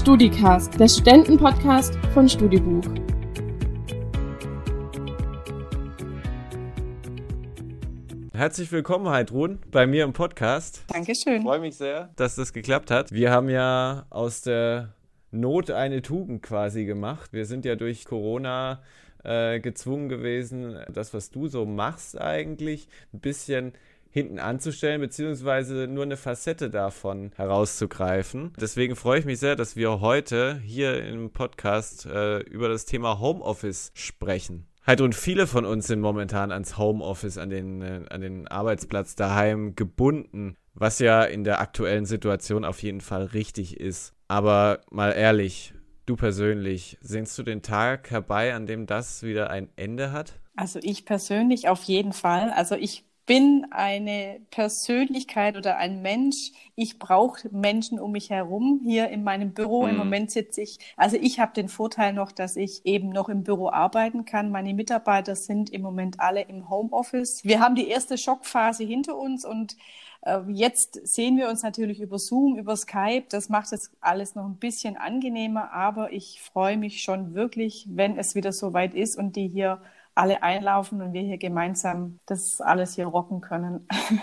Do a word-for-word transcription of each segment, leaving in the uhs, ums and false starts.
StudiCast, der Studentenpodcast von Studibuch. Herzlich willkommen, Heidrun, bei mir im Podcast. Dankeschön. Ich freue mich sehr, dass das geklappt hat. Wir haben ja aus der Not eine Tugend quasi gemacht. Wir sind ja durch Corona äh, gezwungen gewesen, das, was du so machst eigentlich, ein bisschen hinten anzustellen, beziehungsweise nur eine Facette davon herauszugreifen. Deswegen freue ich mich sehr, dass wir heute hier im Podcast äh, über das Thema Homeoffice sprechen. Halt, und viele von uns sind momentan ans Homeoffice, an den, äh, an den Arbeitsplatz daheim gebunden, was ja in der aktuellen Situation auf jeden Fall richtig ist. Aber mal ehrlich, du persönlich, sehnst du den Tag herbei, an dem das wieder ein Ende hat? Also ich persönlich auf jeden Fall. Also ich bin eine Persönlichkeit oder ein Mensch. Ich brauche Menschen um mich herum. Hier in meinem Büro, mhm. im Moment sitze ich, also ich habe den Vorteil noch, dass ich eben noch im Büro arbeiten kann. Meine Mitarbeiter sind im Moment alle im Homeoffice. Wir haben die erste Schockphase hinter uns und äh, jetzt sehen wir uns natürlich über Zoom, über Skype. Das macht es alles noch ein bisschen angenehmer, aber ich freue mich schon wirklich, wenn es wieder soweit ist und die hier alle einlaufen und wir hier gemeinsam das alles hier rocken können.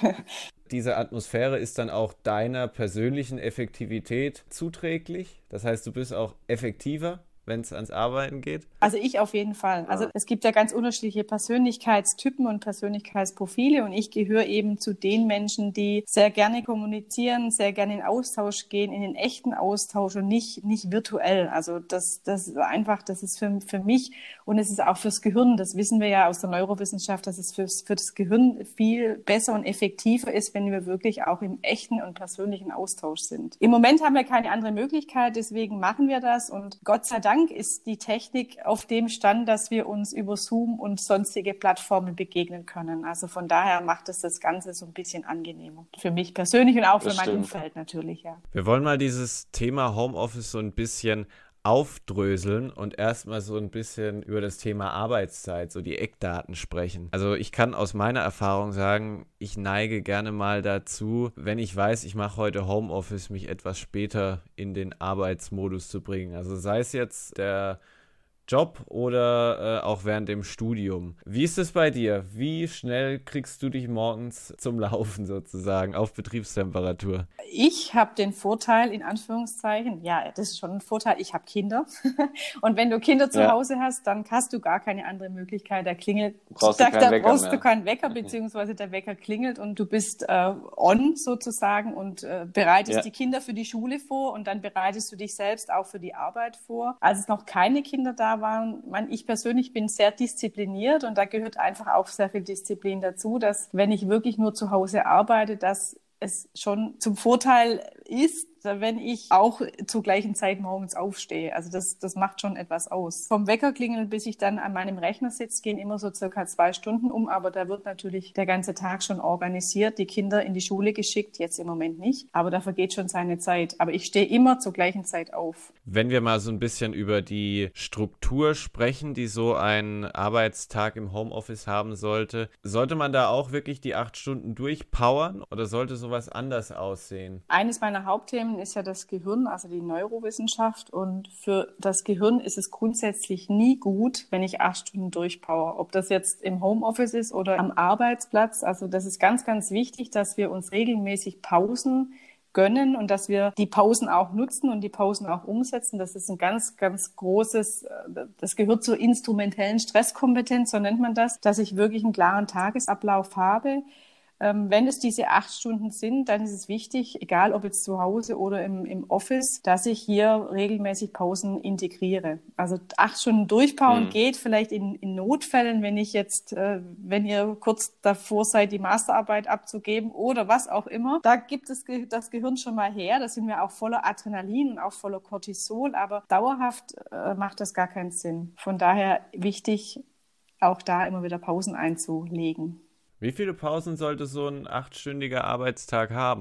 Diese Atmosphäre ist dann auch deiner persönlichen Effektivität zuträglich? Das heißt, du bist auch effektiver, wenn es ans Arbeiten geht? Also ich auf jeden Fall. Also es gibt ja ganz unterschiedliche Persönlichkeitstypen und Persönlichkeitsprofile und ich gehöre eben zu den Menschen, die sehr gerne kommunizieren, sehr gerne in Austausch gehen, in den echten Austausch und nicht, nicht virtuell. Also das, das ist einfach, das ist für, für mich und es ist auch fürs Gehirn, das wissen wir ja aus der Neurowissenschaft, dass es fürs, für das Gehirn viel besser und effektiver ist, wenn wir wirklich auch im echten und persönlichen Austausch sind. Im Moment haben wir keine andere Möglichkeit, deswegen machen wir das und Gott sei Dank ist die Technik auf dem Stand, dass wir uns über Zoom und sonstige Plattformen begegnen können. Also von daher macht es das Ganze so ein bisschen angenehmer. Für mich persönlich und auch für mein Umfeld natürlich, ja. Wir wollen mal dieses Thema Homeoffice so ein bisschen aufdröseln und erstmal so ein bisschen über das Thema Arbeitszeit, so die Eckdaten sprechen. Also ich kann aus meiner Erfahrung sagen, ich neige gerne mal dazu, wenn ich weiß, ich mache heute Homeoffice, mich etwas später in den Arbeitsmodus zu bringen. Also sei es jetzt der Job oder äh, auch während dem Studium. Wie ist es bei dir? Wie schnell kriegst du dich morgens zum Laufen sozusagen auf Betriebstemperatur? Ich habe den Vorteil, in Anführungszeichen, ja, das ist schon ein Vorteil, ich habe Kinder. Und wenn du Kinder zu ja. Hause hast, dann hast du gar keine andere Möglichkeit. Da klingelt, brauchst da, du, da Wecker brauchst mehr. du keinen Wecker, beziehungsweise der Wecker klingelt und du bist äh, on sozusagen und äh, bereitest ja. die Kinder für die Schule vor und dann bereitest du dich selbst auch für die Arbeit vor. Als es noch keine Kinder da waren, man, ich persönlich bin sehr diszipliniert und da gehört einfach auch sehr viel Disziplin dazu, dass wenn ich wirklich nur zu Hause arbeite, dass es schon zum Vorteil ist, wenn ich auch zur gleichen Zeit morgens aufstehe. Also das, das macht schon etwas aus. Vom Weckerklingeln bis ich dann an meinem Rechner sitze, gehen immer so circa zwei Stunden um, aber da wird natürlich der ganze Tag schon organisiert, die Kinder in die Schule geschickt, jetzt im Moment nicht, aber da vergeht schon seine Zeit. Aber ich stehe immer zur gleichen Zeit auf. Wenn wir mal so ein bisschen über die Struktur sprechen, die so ein Arbeitstag im Homeoffice haben sollte, sollte man da auch wirklich die acht Stunden durchpowern oder sollte sowas anders aussehen? Eines meiner Hauptthemen ist ja das Gehirn, also die Neurowissenschaft. Und für das Gehirn ist es grundsätzlich nie gut, wenn ich acht Stunden durchpower. Ob das jetzt im Homeoffice ist oder am Arbeitsplatz. Also das ist ganz, ganz wichtig, dass wir uns regelmäßig Pausen gönnen und dass wir die Pausen auch nutzen und die Pausen auch umsetzen. Das ist ein ganz, ganz großes, das gehört zur instrumentellen Stresskompetenz, so nennt man das, dass ich wirklich einen klaren Tagesablauf habe. Ähm, wenn es diese acht Stunden sind, dann ist es wichtig, egal ob jetzt zu Hause oder im, im Office, dass ich hier regelmäßig Pausen integriere. Also acht Stunden durchpowern mhm. geht vielleicht in, in Notfällen, wenn ich jetzt, äh, wenn ihr kurz davor seid, die Masterarbeit abzugeben oder was auch immer. Da gibt es ge- das Gehirn schon mal her. Da sind wir auch voller Adrenalin und auch voller Cortisol, aber dauerhaft äh, macht das gar keinen Sinn. Von daher wichtig, auch da immer wieder Pausen einzulegen. Wie viele Pausen sollte so ein achtstündiger Arbeitstag haben?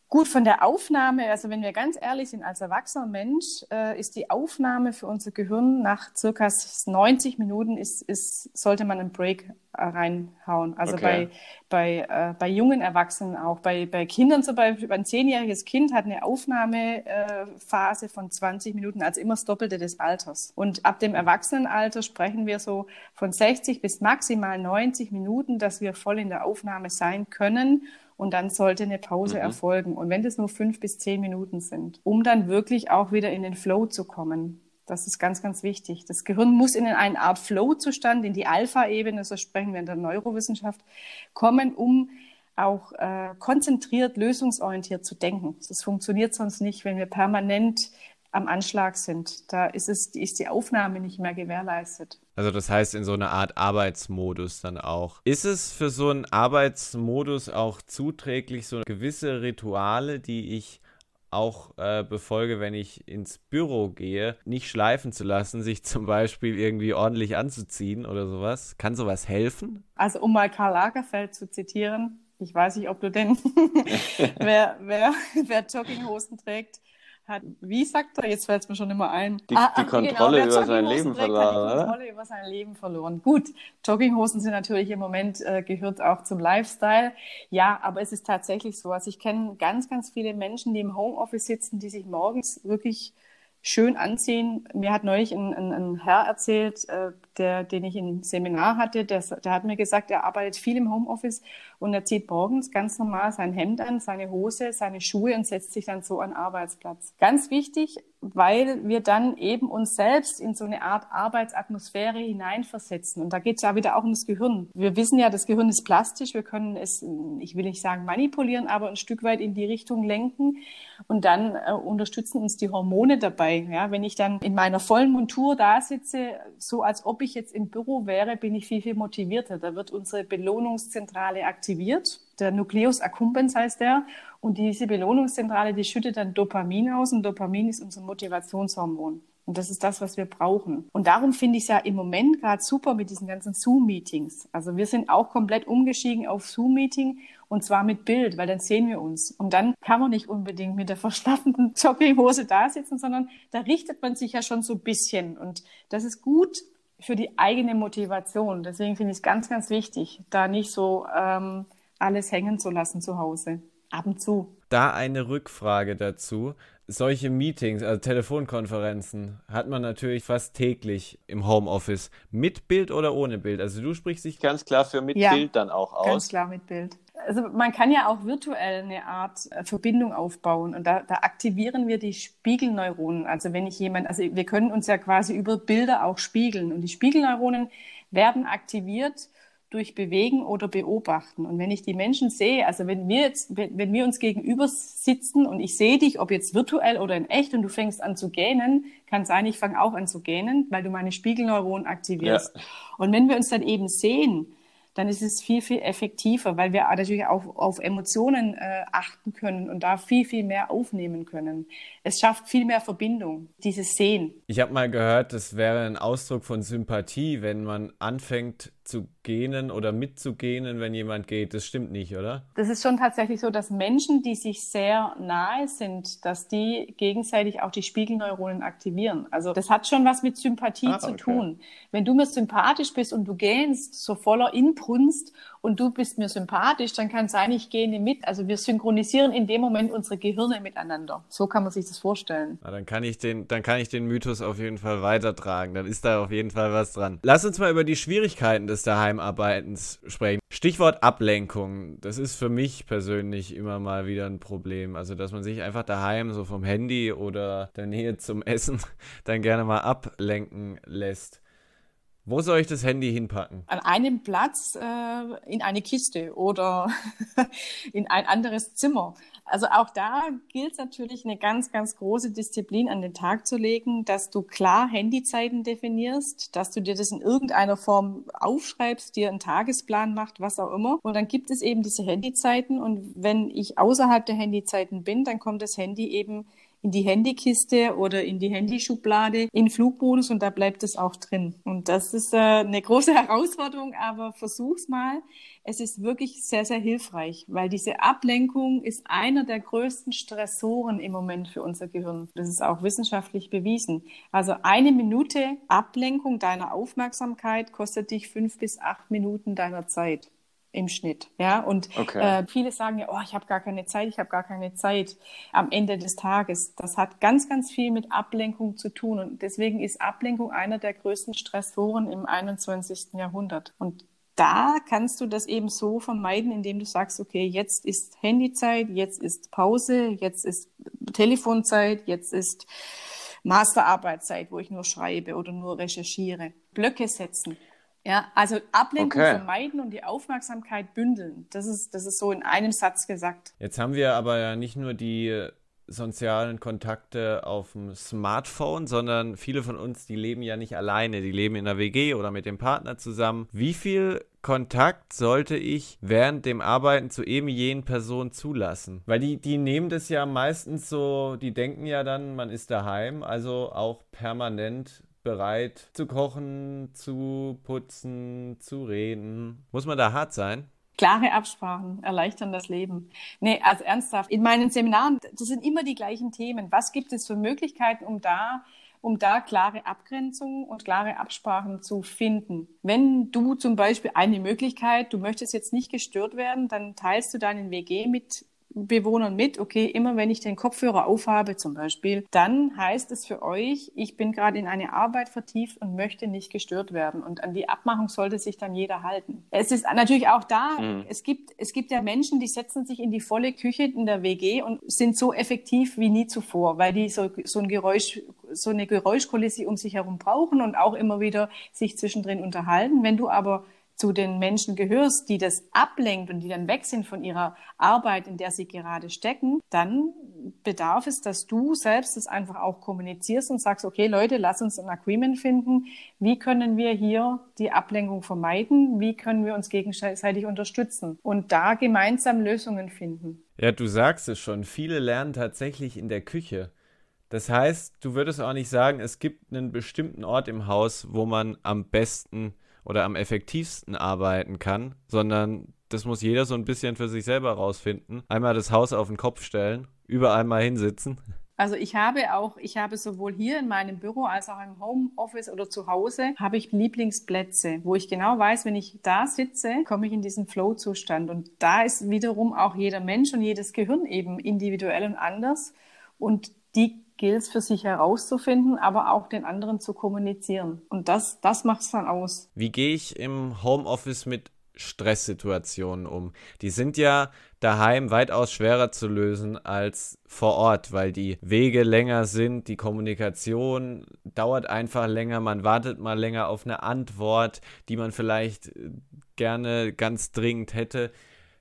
Gut, von der Aufnahme, also wenn wir ganz ehrlich sind, als erwachsener Mensch, äh, ist die Aufnahme für unser Gehirn nach circa neunzig Minuten, ist, ist, sollte man einen Break äh, reinhauen. Also Okay. bei, bei, äh, bei jungen Erwachsenen auch. Bei, bei Kindern zum Beispiel, ein zehnjähriges Kind hat eine Aufnahmephase äh, von zwanzig Minuten, also immer das Doppelte des Alters. Und ab dem Erwachsenenalter sprechen wir so von sechzig bis maximal neunzig Minuten, dass wir voll in der Aufnahme sein können. Und dann sollte eine Pause Mhm. erfolgen. Und wenn das nur fünf bis zehn Minuten sind, um dann wirklich auch wieder in den Flow zu kommen. Das ist ganz, ganz wichtig. Das Gehirn muss in eine Art Flow-Zustand, in die Alpha-Ebene, so sprechen wir in der Neurowissenschaft, kommen, um auch äh, konzentriert, lösungsorientiert zu denken. Das funktioniert sonst nicht, wenn wir permanent am Anschlag sind. Da ist es, ist die Aufnahme nicht mehr gewährleistet. Also das heißt in so einer Art Arbeitsmodus dann auch. Ist es für so einen Arbeitsmodus auch zuträglich, so gewisse Rituale, die ich auch äh, befolge, wenn ich ins Büro gehe, nicht schleifen zu lassen, sich zum Beispiel irgendwie ordentlich anzuziehen oder sowas? Kann sowas helfen? Also um mal Karl Lagerfeld zu zitieren, ich weiß nicht, ob du den, wer, wer, wer Jogginghosen trägt, hat, wie sagt er, jetzt fällt es mir schon immer ein. Die, ah, die ach, Kontrolle genau, über sein Leben trägt, verloren, hat die oder? Kontrolle über sein Leben verloren. Gut, Jogginghosen sind natürlich im Moment, äh, gehört auch zum Lifestyle. Ja, aber es ist tatsächlich so. Also ich kenne ganz, ganz viele Menschen, die im Homeoffice sitzen, die sich morgens wirklich schön anziehen. Mir hat neulich ein, ein, ein Herr erzählt, äh, der, den ich im Seminar hatte, der, der hat mir gesagt, er arbeitet viel im Homeoffice und er zieht morgens ganz normal sein Hemd an, seine Hose, seine Schuhe und setzt sich dann so an den Arbeitsplatz. Ganz wichtig, weil wir dann eben uns selbst in so eine Art Arbeitsatmosphäre hineinversetzen. Und da geht es ja wieder auch um das Gehirn. Wir wissen ja, das Gehirn ist plastisch. Wir können es, ich will nicht sagen manipulieren, aber ein Stück weit in die Richtung lenken. Und dann äh, unterstützen uns die Hormone dabei. Ja, wenn ich dann in meiner vollen Montur da sitze, so als ob ich jetzt im Büro wäre, bin ich viel, viel motivierter. Da wird unsere Belohnungszentrale aktiviert. Der Nucleus accumbens heißt der. Und diese Belohnungszentrale, die schüttet dann Dopamin aus. Und Dopamin ist unser Motivationshormon. Und das ist das, was wir brauchen. Und darum finde ich es ja im Moment gerade super mit diesen ganzen Zoom-Meetings. Also wir sind auch komplett umgestiegen auf Zoom-Meeting und zwar mit Bild, weil dann sehen wir uns. Und dann kann man nicht unbedingt mit der verschlaffenden Jogginghose da sitzen, sondern da richtet man sich ja schon so ein bisschen. Und das ist gut für die eigene Motivation. Deswegen finde ich es ganz, ganz wichtig, da nicht so ähm, alles hängen zu lassen zu Hause. Ab und zu. Da eine Rückfrage dazu. Solche Meetings, also Telefonkonferenzen, hat man natürlich fast täglich im Homeoffice. Mit Bild oder ohne Bild? Also du sprichst dich Ganz klar für mit Ja, Bild dann auch ganz aus. klar mit Bild. Also man kann ja auch virtuell eine Art äh, Verbindung aufbauen und da, da aktivieren wir die Spiegelneuronen. Also wenn ich jemand, also wir können uns ja quasi über Bilder auch spiegeln und die Spiegelneuronen werden aktiviert durch Bewegen oder Beobachten. Und wenn ich die Menschen sehe, also wenn wir jetzt, wenn, wenn wir uns gegenüber sitzen und ich sehe dich, ob jetzt virtuell oder in echt und du fängst an zu gähnen, kann sein, ich fange auch an zu gähnen, weil du meine Spiegelneuronen aktivierst. Ja. Und wenn wir uns dann eben sehen, dann ist es viel, viel effektiver, weil wir natürlich auch auf Emotionen äh, achten können und da viel, viel mehr aufnehmen können. Es schafft viel mehr Verbindung, dieses Sehen. Ich habe mal gehört, das wäre ein Ausdruck von Sympathie, wenn man anfängt zu gähnen oder mitzugähnen, wenn jemand geht. Das stimmt nicht, oder? Das ist schon tatsächlich so, dass Menschen, die sich sehr nahe sind, dass die gegenseitig auch die Spiegelneuronen aktivieren. Also das hat schon was mit Sympathie Ah, zu okay. tun. Wenn du mir sympathisch bist und du gähnst so voller Inbrunst und du bist mir sympathisch, dann kann es sein, ich gähne mit. Also wir synchronisieren in dem Moment unsere Gehirne miteinander. So kann man sich das vorstellen. Na, dann kann ich den, dann kann ich den Mythos auf jeden Fall weitertragen. Dann ist da auf jeden Fall was dran. Lass uns mal über die Schwierigkeiten des Daheimarbeitens sprechen. Stichwort Ablenkung. Das ist für mich persönlich immer mal wieder ein Problem. Also, dass man sich einfach daheim so vom Handy oder der Nähe zum Essen dann gerne mal ablenken lässt. Wo soll ich das Handy hinpacken? An einem Platz äh, in eine Kiste oder in ein anderes Zimmer. Also auch da gilt natürlich eine ganz, ganz große Disziplin an den Tag zu legen, dass du klar Handyzeiten definierst, dass du dir das in irgendeiner Form aufschreibst, dir einen Tagesplan macht, was auch immer. Und dann gibt es eben diese Handyzeiten und wenn ich außerhalb der Handyzeiten bin, dann kommt das Handy eben in die Handykiste oder in die Handyschublade in Flugmodus und da bleibt es auch drin. Und das ist äh, eine große Herausforderung, aber versuch's mal. Es ist wirklich sehr, sehr hilfreich, weil diese Ablenkung ist einer der größten Stressoren im Moment für unser Gehirn. Das ist auch wissenschaftlich bewiesen. Also eine Minute Ablenkung deiner Aufmerksamkeit kostet dich fünf bis acht Minuten deiner Zeit. Im Schnitt, ja, und okay. äh, viele sagen ja, oh, ich habe gar keine Zeit, ich habe gar keine Zeit am Ende des Tages. Das hat ganz, ganz viel mit Ablenkung zu tun und deswegen ist Ablenkung einer der größten Stressoren im einundzwanzigsten Jahrhundert. Und da kannst du das eben so vermeiden, indem du sagst, okay, jetzt ist Handyzeit, jetzt ist Pause, jetzt ist Telefonzeit, jetzt ist Masterarbeitszeit, wo ich nur schreibe oder nur recherchiere. Blöcke setzen. Ja, also Ablenkung okay. vermeiden und die Aufmerksamkeit bündeln. Das ist, das ist so in einem Satz gesagt. Jetzt haben wir aber ja nicht nur die sozialen Kontakte auf dem Smartphone, sondern viele von uns, die leben ja nicht alleine, die leben in einer W G oder mit dem Partner zusammen. Wie viel Kontakt sollte ich während dem Arbeiten zu eben jenen Personen zulassen? Weil die, die nehmen das ja meistens so, die denken ja dann, man ist daheim, also auch permanent bereit zu kochen, zu putzen, zu reden. Muss man da hart sein? Klare Absprachen erleichtern das Leben. Nee, also ernsthaft. In meinen Seminaren, das sind immer die gleichen Themen. Was gibt es für Möglichkeiten, um da, um da klare Abgrenzungen und klare Absprachen zu finden? Wenn du zum Beispiel eine Möglichkeit, du möchtest jetzt nicht gestört werden, dann teilst du deinen W G mit Bewohnern mit, okay, immer wenn ich den Kopfhörer aufhabe zum Beispiel, dann heißt es für euch, ich bin gerade in eine Arbeit vertieft und möchte nicht gestört werden. Und an die Abmachung sollte sich dann jeder halten. Es ist natürlich auch da, mhm. es gibt, es gibt ja Menschen, die setzen sich in die volle Küche in der W G und sind so effektiv wie nie zuvor, weil die so, so ein Geräusch, so eine Geräuschkulisse um sich herum brauchen und auch immer wieder sich zwischendrin unterhalten. Wenn du aber zu den Menschen gehörst, die das ablenkt und die dann weg sind von ihrer Arbeit, in der sie gerade stecken, dann bedarf es, dass du selbst das einfach auch kommunizierst und sagst, okay Leute, lass uns ein Agreement finden. Wie können wir hier die Ablenkung vermeiden? Wie können wir uns gegenseitig unterstützen? Und da gemeinsam Lösungen finden. Ja, du sagst es schon, viele lernen tatsächlich in der Küche. Das heißt, du würdest auch nicht sagen, es gibt einen bestimmten Ort im Haus, wo man am besten oder am effektivsten arbeiten kann, sondern das muss jeder so ein bisschen für sich selber rausfinden. Einmal das Haus auf den Kopf stellen, überall mal hinsitzen. Also ich habe auch, ich habe sowohl hier in meinem Büro als auch im Homeoffice oder zu Hause, habe ich Lieblingsplätze, wo ich genau weiß, wenn ich da sitze, komme ich in diesen Flow-Zustand. Und da ist wiederum auch jeder Mensch und jedes Gehirn eben individuell und anders. Und die gilt es für sich herauszufinden, aber auch den anderen zu kommunizieren. Und das, das macht es dann aus. Wie gehe ich im Homeoffice mit Stresssituationen um? Die sind ja daheim weitaus schwerer zu lösen als vor Ort, weil die Wege länger sind, die Kommunikation dauert einfach länger, man wartet mal länger auf eine Antwort, die man vielleicht gerne ganz dringend hätte.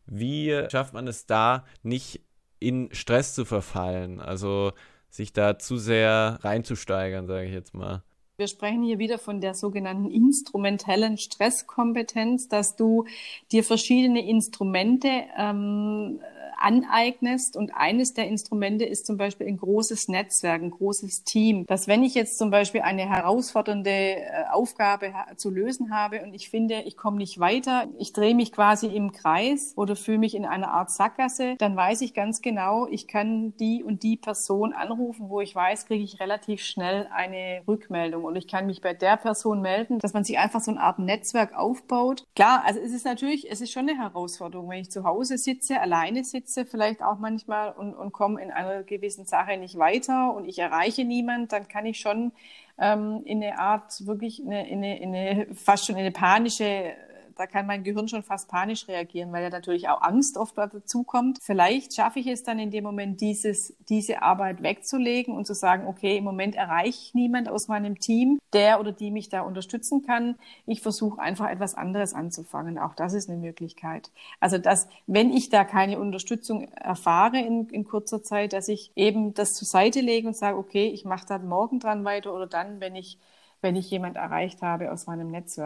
Wie schafft man es da, nicht in Stress zu verfallen? Also sich da zu sehr reinzusteigern, sage ich jetzt mal. Wir sprechen hier wieder von der sogenannten instrumentellen Stresskompetenz, dass du dir verschiedene Instrumente ähm, aneignest. Und eines der Instrumente ist zum Beispiel ein großes Netzwerk, ein großes Team. Dass wenn ich jetzt zum Beispiel eine herausfordernde äh, Aufgabe ha- zu lösen habe und ich finde, ich komme nicht weiter, ich drehe mich quasi im Kreis oder fühle mich in einer Art Sackgasse, dann weiß ich ganz genau, ich kann die und die Person anrufen, wo ich weiß, kriege ich relativ schnell eine Rückmeldung. Und ich kann mich bei der Person melden, dass man sich einfach so eine Art Netzwerk aufbaut. Klar, also es ist natürlich, es ist schon eine Herausforderung, wenn ich zu Hause sitze, alleine sitze, vielleicht auch manchmal und, und komme in einer gewissen Sache nicht weiter und ich erreiche niemand, dann kann ich schon ähm, in eine Art, wirklich in eine, in eine, in eine fast schon eine panische, da kann mein Gehirn schon fast panisch reagieren, weil ja natürlich auch Angst oft dazu kommt. Vielleicht schaffe ich es dann in dem Moment, dieses, diese Arbeit wegzulegen und zu sagen, okay, im Moment erreiche ich niemand aus meinem Team, der oder die mich da unterstützen kann. Ich versuche einfach etwas anderes anzufangen. Auch das ist eine Möglichkeit. Also, dass, wenn ich da keine Unterstützung erfahre in, in kurzer Zeit, dass ich eben das zur Seite lege und sage, okay, ich mache da morgen dran weiter oder dann, wenn ich, wenn ich jemand erreicht habe aus meinem Netzwerk.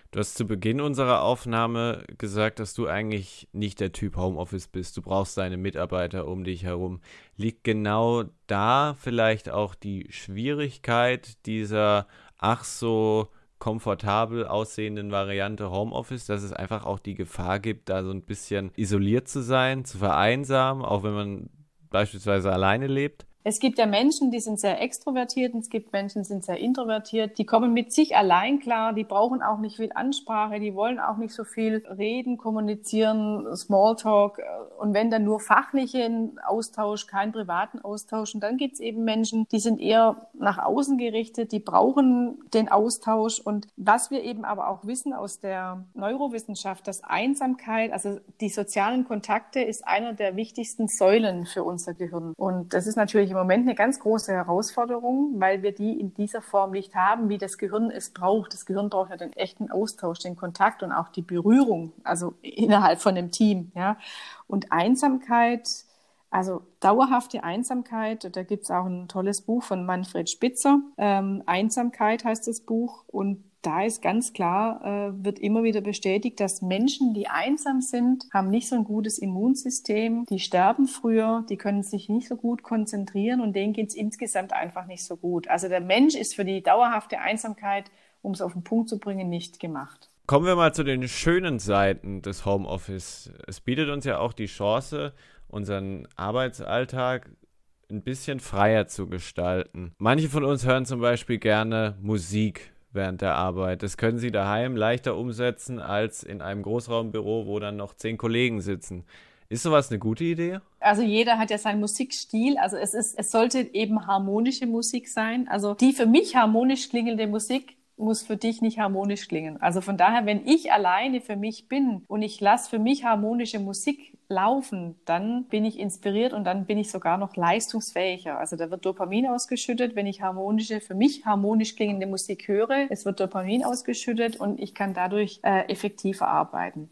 Du hast zu Beginn unserer Aufnahme gesagt, dass du eigentlich nicht der Typ Homeoffice bist. Du brauchst deine Mitarbeiter um dich herum. Liegt genau da vielleicht auch die Schwierigkeit dieser ach so komfortabel aussehenden Variante Homeoffice, dass es einfach auch die Gefahr gibt, da so ein bisschen isoliert zu sein, zu vereinsamen, auch wenn man beispielsweise alleine lebt? Es gibt ja Menschen, die sind sehr extrovertiert und es gibt Menschen, die sind sehr introvertiert. Die kommen mit sich allein klar, die brauchen auch nicht viel Ansprache, die wollen auch nicht so viel reden, kommunizieren, Smalltalk und wenn dann nur fachlichen Austausch, keinen privaten Austausch. Und dann gibt es eben Menschen, die sind eher nach außen gerichtet, die brauchen den Austausch. Und was wir eben aber auch wissen aus der Neurowissenschaft, dass Einsamkeit, also die sozialen Kontakte, ist einer der wichtigsten Säulen für unser Gehirn. Und das ist natürlich im Moment eine ganz große Herausforderung, weil wir die in dieser Form nicht haben, wie das Gehirn es braucht. Das Gehirn braucht ja den echten Austausch, den Kontakt und auch die Berührung, also innerhalb von einem Team. Ja. Und Einsamkeit, also dauerhafte Einsamkeit, da gibt es auch ein tolles Buch von Manfred Spitzer. Ähm, Einsamkeit heißt das Buch und da ist ganz klar, äh, wird immer wieder bestätigt, dass Menschen, die einsam sind, haben nicht so ein gutes Immunsystem, die sterben früher, die können sich nicht so gut konzentrieren und denen geht es insgesamt einfach nicht so gut. Also der Mensch ist für die dauerhafte Einsamkeit, um es auf den Punkt zu bringen, nicht gemacht. Kommen wir mal zu den schönen Seiten des Homeoffice. Es bietet uns ja auch die Chance, unseren Arbeitsalltag ein bisschen freier zu gestalten. Manche von uns hören zum Beispiel gerne Musik während der Arbeit. Das können sie daheim leichter umsetzen als in einem Großraumbüro, wo dann noch zehn Kollegen sitzen. Ist sowas eine gute Idee? Also jeder hat ja seinen Musikstil. Also es ist, es sollte eben harmonische Musik sein. Also die für mich harmonisch klingende Musik muss für dich nicht harmonisch klingen. Also von daher, wenn ich alleine für mich bin und ich lasse für mich harmonische Musik laufen, dann bin ich inspiriert und dann bin ich sogar noch leistungsfähiger. Also da wird Dopamin ausgeschüttet, wenn ich harmonische, für mich harmonisch klingende Musik höre. Es wird Dopamin ausgeschüttet und ich kann dadurch äh, effektiver arbeiten.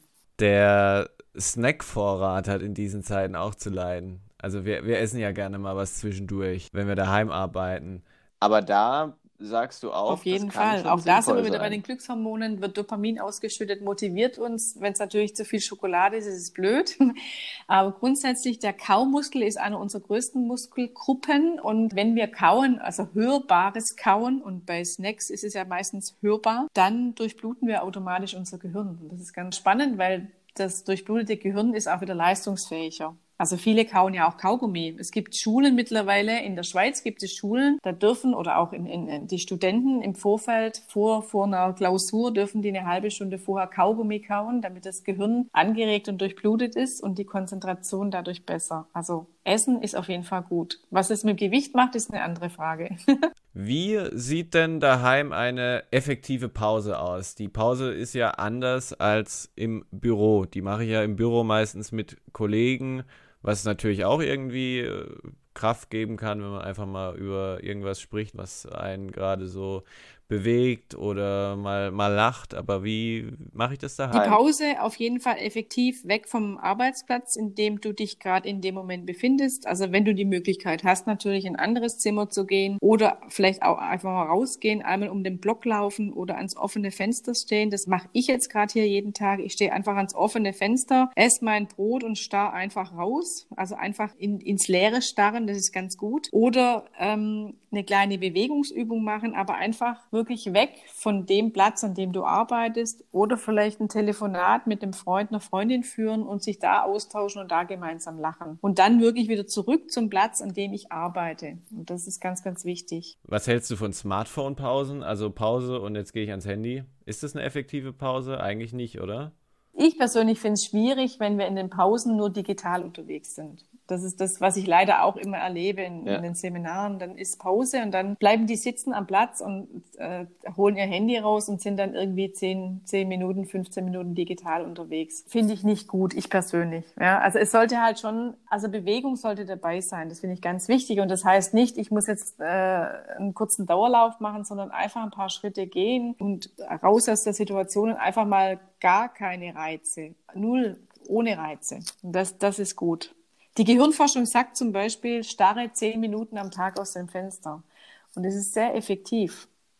Der Snackvorrat hat in diesen Zeiten auch zu leiden. Also wir, wir essen ja gerne mal was zwischendurch, wenn wir daheim arbeiten. Aber da sagst du auch, auf jeden das kann Fall. schon Auch da sind wir sinnvoll wieder bei sein. den Glückshormonen, wird Dopamin ausgeschüttet, motiviert uns. Wenn es natürlich zu viel Schokolade ist, ist es blöd. Aber grundsätzlich, der Kaumuskel ist eine unserer größten Muskelgruppen. Und wenn wir kauen, also hörbares Kauen, und bei Snacks ist es ja meistens hörbar, dann durchbluten wir automatisch unser Gehirn. Und das ist ganz spannend, weil das durchblutete Gehirn ist auch wieder leistungsfähiger. Also viele kauen ja auch Kaugummi. Es gibt Schulen mittlerweile, in der Schweiz gibt es Schulen, da dürfen oder auch in, in, die Studenten im Vorfeld, vor, vor einer Klausur, dürfen die eine halbe Stunde vorher Kaugummi kauen, damit das Gehirn angeregt und durchblutet ist und die Konzentration dadurch besser. Also Essen ist auf jeden Fall gut. Was es mit Gewicht macht, ist eine andere Frage. Wie sieht denn daheim eine effektive Pause aus? Die Pause ist ja anders als im Büro. Die mache ich ja im Büro meistens mit Kollegen, was natürlich auch irgendwie äh, Kraft geben kann, wenn man einfach mal über irgendwas spricht, was einen gerade so bewegt oder mal, mal lacht. Aber wie mache ich das daheim? Die Pause auf jeden Fall effektiv weg vom Arbeitsplatz, in dem du dich gerade in dem Moment befindest. Also wenn du die Möglichkeit hast, natürlich in ein anderes Zimmer zu gehen oder vielleicht auch einfach mal rausgehen, einmal um den Block laufen oder ans offene Fenster stehen. Das mache ich jetzt gerade hier jeden Tag. Ich stehe einfach ans offene Fenster, esse mein Brot und starr einfach raus. Also einfach in, ins Leere starren, das ist ganz gut. Oder ähm, eine kleine Bewegungsübung machen, aber einfach wirklich weg von dem Platz, an dem du arbeitest oder vielleicht ein Telefonat mit einem Freund, einer Freundin führen und sich da austauschen und da gemeinsam lachen. Und dann wirklich wieder zurück zum Platz, an dem ich arbeite. Und das ist ganz, ganz wichtig. Was hältst du von Smartphone-Pausen? Also Pause und jetzt gehe ich ans Handy. Ist das eine effektive Pause? Eigentlich nicht, oder? Ich persönlich finde es schwierig, wenn wir in den Pausen nur digital unterwegs sind. Das ist das, was ich leider auch immer erlebe in, Ja. in den Seminaren. Dann ist Pause und dann bleiben die sitzen am Platz und äh, holen ihr Handy raus und sind dann irgendwie zehn, zehn Minuten, fünfzehn Minuten digital unterwegs. Finde ich nicht gut, ich persönlich. Ja, also es sollte halt schon, also Bewegung sollte dabei sein. Das finde ich ganz wichtig. Und das heißt nicht, ich muss jetzt äh, einen kurzen Dauerlauf machen, sondern einfach ein paar Schritte gehen und raus aus der Situation und einfach mal gar keine Reize. Null, ohne Reize. Und das, das ist gut. Die Gehirnforschung sagt zum Beispiel, starre zehn Minuten am Tag aus dem Fenster. Und das ist sehr effektiv.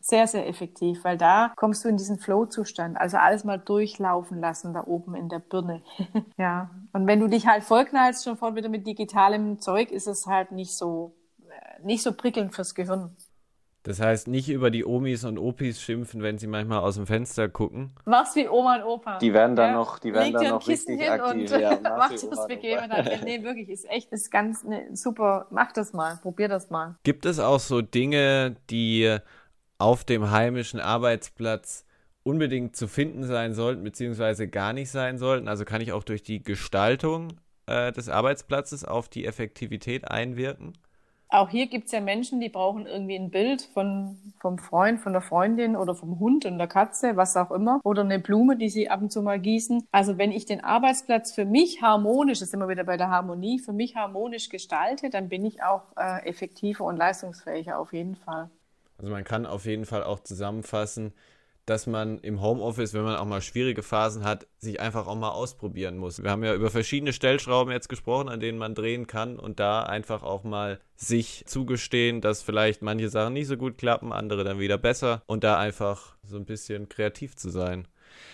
sehr, sehr effektiv, weil da kommst du in diesen Flow-Zustand. Also alles mal durchlaufen lassen da oben in der Birne. Ja. Und wenn du dich halt vollknallst, schon fort wieder mit digitalem Zeug, ist es halt nicht so, nicht so prickelnd fürs Gehirn. Das heißt, nicht über die Omis und Opis schimpfen, wenn sie manchmal aus dem Fenster gucken. Mach's wie Oma und Opa. Die werden dann ja? noch, die werden Leg dann dir ein noch Kissen richtig hin aktiv. und Ja, mach dir das bequem. Nee, wirklich, ist echt, ist ganz ne, super. Mach das mal, probier das mal. Gibt es auch so Dinge, die auf dem heimischen Arbeitsplatz unbedingt zu finden sein sollten, beziehungsweise gar nicht sein sollten? Also kann ich auch durch die Gestaltung äh, des Arbeitsplatzes auf die Effektivität einwirken? Auch hier gibt's ja Menschen, die brauchen irgendwie ein Bild von, vom Freund, von der Freundin oder vom Hund und der Katze, was auch immer. Oder eine Blume, die sie ab und zu mal gießen. Also wenn ich den Arbeitsplatz für mich harmonisch, das sind wir wieder bei der Harmonie, für mich harmonisch gestalte, dann bin ich auch äh, effektiver und leistungsfähiger auf jeden Fall. Also man kann auf jeden Fall auch zusammenfassen, dass man im Homeoffice, wenn man auch mal schwierige Phasen hat, sich einfach auch mal ausprobieren muss. Wir haben ja über verschiedene Stellschrauben jetzt gesprochen, an denen man drehen kann und da einfach auch mal sich zugestehen, dass vielleicht manche Sachen nicht so gut klappen, andere dann wieder besser und da einfach so ein bisschen kreativ zu sein.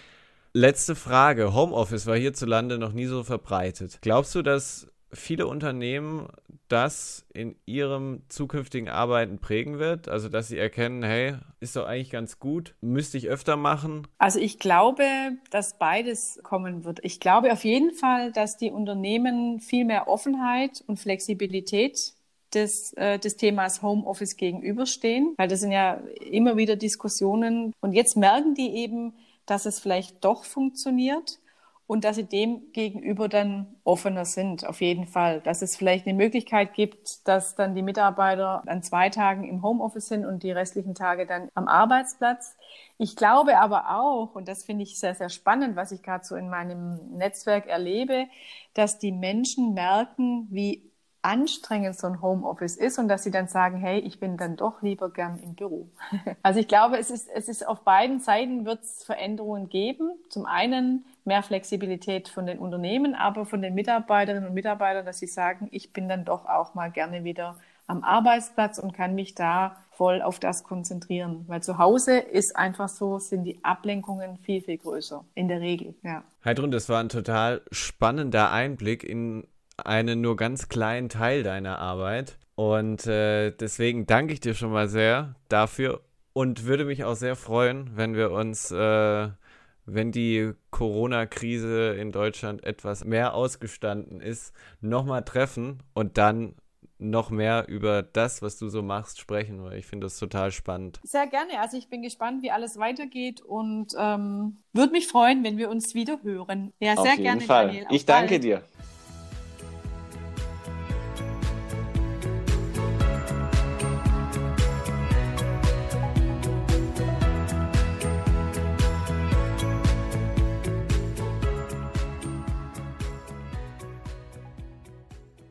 Letzte Frage. Homeoffice war hierzulande noch nie so verbreitet. Glaubst du, dass viele Unternehmen das in ihrem zukünftigen Arbeiten prägen wird? Also, dass sie erkennen, hey, ist doch eigentlich ganz gut, müsste ich öfter machen? Also ich glaube, dass beides kommen wird. Ich glaube auf jeden Fall, dass die Unternehmen viel mehr Offenheit und Flexibilität des, äh, des Themas Homeoffice gegenüberstehen, weil das sind ja immer wieder Diskussionen. Und jetzt merken die eben, dass es vielleicht doch funktioniert. Und dass sie dem gegenüber dann offener sind, auf jeden Fall. Dass es vielleicht eine Möglichkeit gibt, dass dann die Mitarbeiter an zwei Tagen im Homeoffice sind und die restlichen Tage dann am Arbeitsplatz. Ich glaube aber auch, und das finde ich sehr, sehr spannend, was ich gerade so in meinem Netzwerk erlebe, dass die Menschen merken, wie anstrengend so ein Homeoffice ist und dass sie dann sagen, hey, ich bin dann doch lieber gern im Büro. Also ich glaube, es ist, es ist auf beiden Seiten wird es Veränderungen geben. Zum einen mehr Flexibilität von den Unternehmen, aber von den Mitarbeiterinnen und Mitarbeitern, dass sie sagen, ich bin dann doch auch mal gerne wieder am Arbeitsplatz und kann mich da voll auf das konzentrieren. Weil zu Hause ist einfach so, sind die Ablenkungen viel, viel größer. In der Regel, ja. Heidrun, das war ein total spannender Einblick in einen nur ganz kleinen Teil deiner Arbeit. Und äh, deswegen danke ich dir schon mal sehr dafür und würde mich auch sehr freuen, wenn wir uns, äh, wenn die Corona-Krise in Deutschland etwas mehr ausgestanden ist, nochmal treffen und dann noch mehr über das, was du so machst, sprechen, weil ich finde das total spannend. Sehr gerne. Also ich bin gespannt, wie alles weitergeht und ähm, würde mich freuen, wenn wir uns wieder hören. Ja, Auf sehr jeden gerne, Fall. Daniel. Auf Ich danke bald. dir.